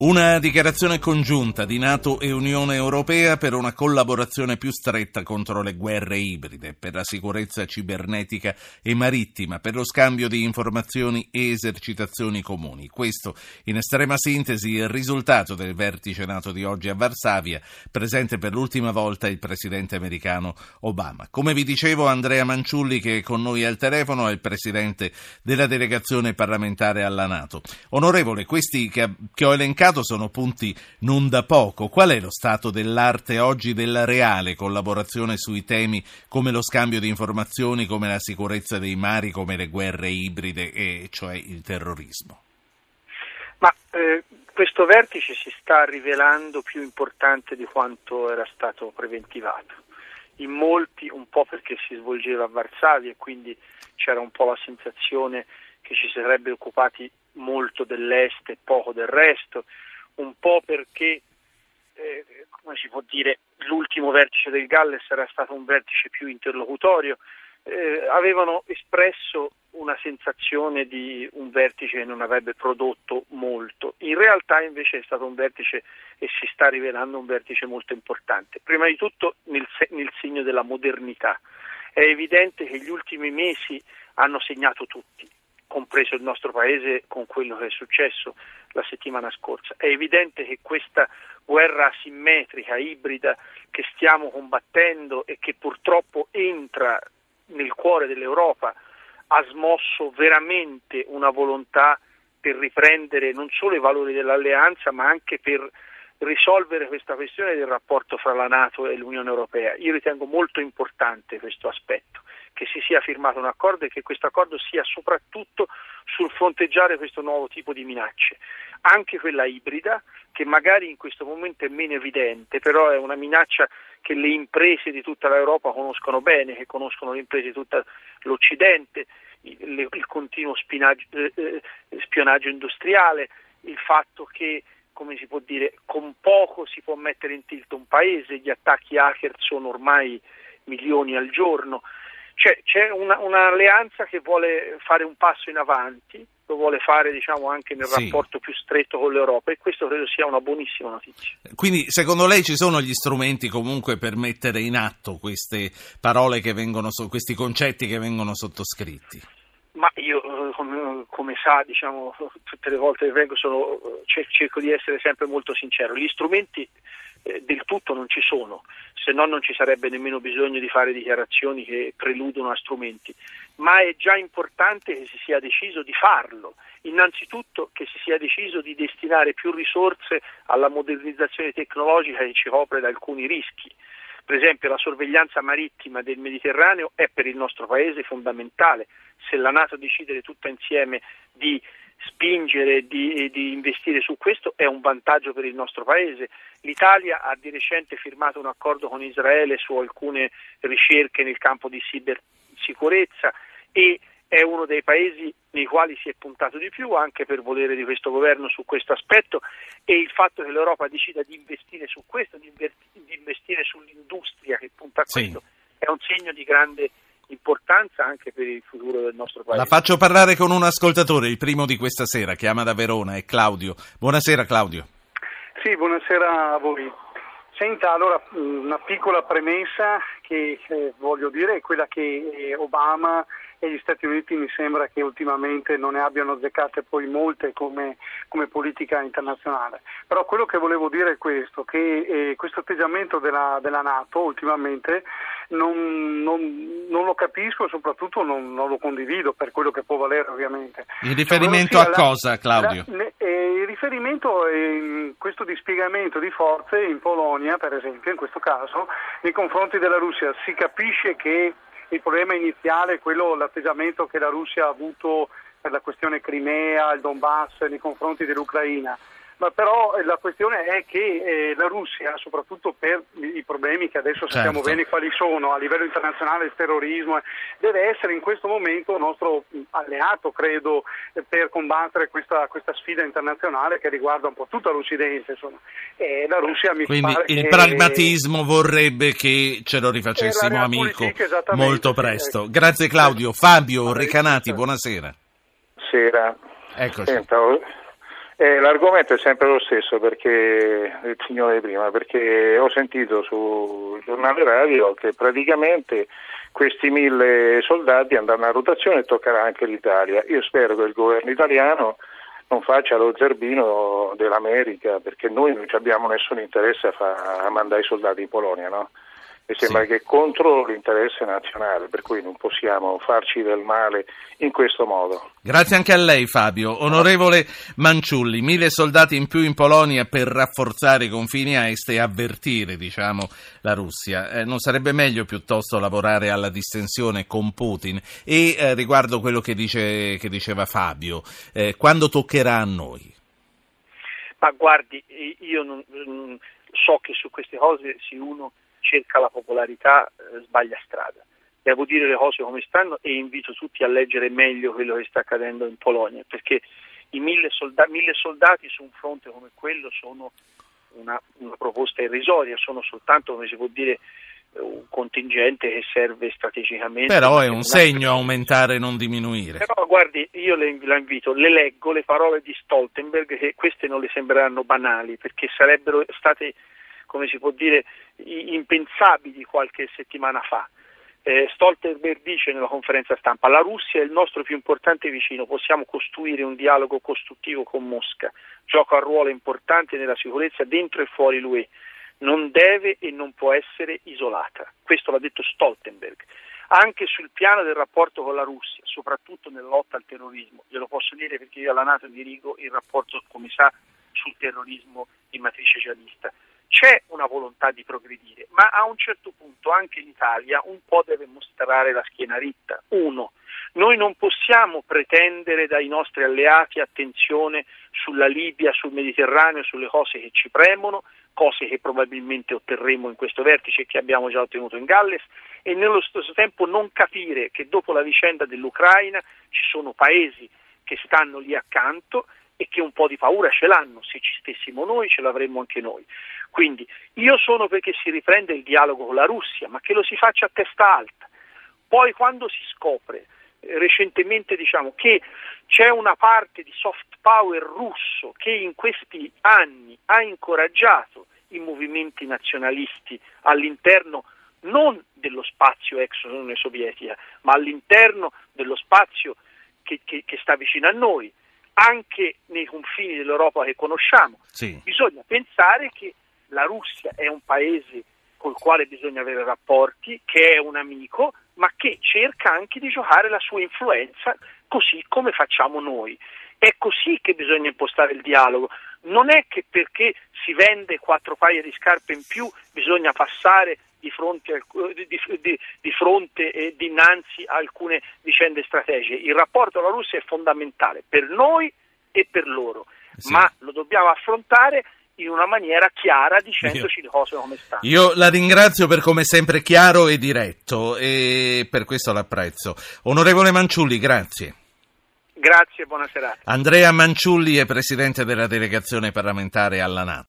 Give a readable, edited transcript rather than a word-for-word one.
Una dichiarazione congiunta di NATO e Unione Europea per una collaborazione più stretta contro le guerre ibride, per la sicurezza cibernetica e marittima, per lo scambio di informazioni e esercitazioni comuni. Questo, in estrema sintesi, il risultato del vertice NATO di oggi a Varsavia, presente per l'ultima volta il presidente americano Obama. Come vi dicevo, Andrea Manciulli, che è con noi al telefono, è il presidente della delegazione parlamentare alla NATO. Onorevole, questi che ho elencato sono punti non da poco. Qual è lo stato dell'arte oggi della reale collaborazione sui temi come lo scambio di informazioni, come la sicurezza dei mari, come le guerre ibride, e cioè il terrorismo? Questo vertice si sta rivelando più importante di quanto era stato preventivato. In molti, un po' perché si svolgeva a Varsavia e quindi c'era un po' la sensazione che ci si sarebbe occupati molto dell'est e poco del resto, un po' perché, come si può dire, l'ultimo vertice del Galles era stato un vertice più interlocutorio, avevano espresso una sensazione di un vertice che non avrebbe prodotto molto. In realtà invece è stato un vertice e si sta rivelando un vertice molto importante, prima di tutto nel segno della modernità. È evidente che gli ultimi mesi hanno segnato tutti, compreso il nostro paese con quello che è successo la settimana scorsa. È evidente che questa guerra asimmetrica, ibrida, che stiamo combattendo e che purtroppo entra nel cuore dell'Europa ha smosso veramente una volontà per riprendere non solo i valori dell'alleanza, ma anche per risolvere questa questione del rapporto fra la NATO e l'Unione Europea. Io ritengo molto importante questo aspetto, che si sia firmato un accordo e che questo accordo sia soprattutto sul fronteggiare questo nuovo tipo di minacce, anche quella ibrida, che magari in questo momento è meno evidente, però è una minaccia che le imprese di tutta l'Europa conoscono bene, che conoscono le imprese di tutto l'Occidente, il continuo spionaggio industriale, il fatto che, come si può dire, con poco si può mettere in tilt un paese, gli attacchi hacker sono ormai milioni al giorno. C'è un'alleanza che vuole fare un passo in avanti, lo vuole fare anche nel rapporto più stretto con l'Europa, e questo credo sia una buonissima notizia. Quindi secondo lei ci sono gli strumenti comunque per mettere in atto queste parole che vengono, questi concetti che vengono sottoscritti? Ma io, come sa, tutte le volte che vengo cerco di essere sempre molto sincero. Gli strumenti del tutto non ci sono, se no non ci sarebbe nemmeno bisogno di fare dichiarazioni che preludono a strumenti, ma è già importante che si sia deciso di farlo. Innanzitutto che si sia deciso di destinare più risorse alla modernizzazione tecnologica che ci copre da alcuni rischi. Per esempio la sorveglianza marittima del Mediterraneo è per il nostro Paese fondamentale. Se la NATO decide tutta insieme di spingere e di investire su questo è un vantaggio per il nostro Paese. L'Italia ha di recente firmato un accordo con Israele su alcune ricerche nel campo di cybersicurezza e è uno dei paesi nei quali si è puntato di più, anche per volere di questo governo, su questo aspetto, e il fatto che l'Europa decida di investire su questo, di investire sull'industria che punta a questo, è un segno di grande importanza anche per il futuro del nostro paese. La faccio parlare con un ascoltatore, il primo di questa sera, chiama da Verona, è Claudio. Buonasera Claudio. Sì, buonasera a voi. Senta, allora una piccola premessa che voglio dire è quella che Obama e gli Stati Uniti mi sembra che ultimamente non ne abbiano azzeccate poi molte come politica internazionale. Però quello che volevo dire è questo, che questo atteggiamento della NATO ultimamente non lo capisco e soprattutto non lo condivido, per quello che può valere ovviamente. In riferimento a cosa, Claudio? Il riferimento è questo dispiegamento di forze in Polonia, per esempio, in questo caso, nei confronti della Russia. Si capisce che il problema iniziale è l'atteggiamento che la Russia ha avuto per la questione Crimea, il Donbass nei confronti dell'Ucraina. Ma però la questione è che la Russia, soprattutto per i problemi che adesso sappiamo bene quali sono a livello internazionale, il terrorismo, deve essere in questo momento un nostro alleato, credo, per combattere questa sfida internazionale che riguarda un po' tutto l'Occidente. E la Russia Quindi il pragmatismo vorrebbe che ce lo rifacessimo amico molto presto. Grazie Claudio. Fabio Recanati, buonasera. Sera. Eccoci. Senta, L'argomento è sempre lo stesso, perché il signore prima, perché ho sentito sul giornale radio che praticamente questi 1.000 soldati andranno a rotazione e toccherà anche l'Italia. Io spero che il governo italiano non faccia lo zerbino dell'America, perché noi non abbiamo nessun interesse a mandare i soldati in Polonia, no? Mi sembra che è contro l'interesse nazionale, per cui non possiamo farci del male in questo modo. Grazie anche a lei, Fabio. Onorevole Manciulli, 1.000 soldati in più in Polonia per rafforzare i confini a est e avvertire, la Russia. Non sarebbe meglio piuttosto lavorare alla distensione con Putin? E riguardo quello che diceva Fabio, quando toccherà a noi? Ma guardi, io non so che su queste cose se uno cerca la popolarità sbaglia strada. Devo dire le cose come stanno e invito tutti a leggere meglio quello che sta accadendo in Polonia, perché i 1.000 soldati su un fronte come quello sono una proposta irrisoria, sono soltanto, come si può dire, un contingente che serve strategicamente. Però è un segno aumentare e non diminuire. Però guardi, io la invito, le leggo le parole di Stoltenberg, che queste non le sembreranno banali, perché sarebbero state, come si può dire, impensabili qualche settimana fa. Stoltenberg dice nella conferenza stampa: la Russia è il nostro più importante vicino, possiamo costruire un dialogo costruttivo con Mosca, gioca un ruolo importante nella sicurezza dentro e fuori l'UE, non deve e non può essere isolata. Questo l'ha detto Stoltenberg. Anche sul piano del rapporto con la Russia, soprattutto nella lotta al terrorismo, glielo posso dire perché io alla NATO dirigo il rapporto, come sa, sul terrorismo di matrice jihadista. C'è una volontà di progredire, ma a un certo punto anche l'Italia un po' deve mostrare la schiena ritta. Uno, noi non possiamo pretendere dai nostri alleati attenzione sulla Libia, sul Mediterraneo, sulle cose che ci premono, cose che probabilmente otterremo in questo vertice e che abbiamo già ottenuto in Galles, e nello stesso tempo non capire che dopo la vicenda dell'Ucraina ci sono paesi che stanno lì accanto e che un po' di paura ce l'hanno. Se ci stessimo noi ce l'avremmo anche noi. Quindi io sono perché si riprende il dialogo con la Russia, ma che lo si faccia a testa alta. Poi quando si scopre recentemente che c'è una parte di soft power russo che in questi anni ha incoraggiato i movimenti nazionalisti all'interno non dello spazio ex Unione Sovietica, ma all'interno dello spazio che sta vicino a noi, anche nei confini dell'Europa che conosciamo, bisogna pensare che la Russia è un paese col quale bisogna avere rapporti, che è un amico, ma che cerca anche di giocare la sua influenza, così come facciamo noi. È così che bisogna impostare il dialogo. Non è che perché si vende 4 paia di scarpe in più bisogna passare di fronte e dinanzi a alcune vicende strategiche. Il rapporto alla Russia è fondamentale per noi e per loro, ma lo dobbiamo affrontare in una maniera chiara, dicendoci le cose come stanno. Io la ringrazio per come sempre chiaro e diretto, e per questo l'apprezzo. Onorevole Manciulli, grazie. Grazie, buona serata. Andrea Manciulli è presidente della delegazione parlamentare alla NATO.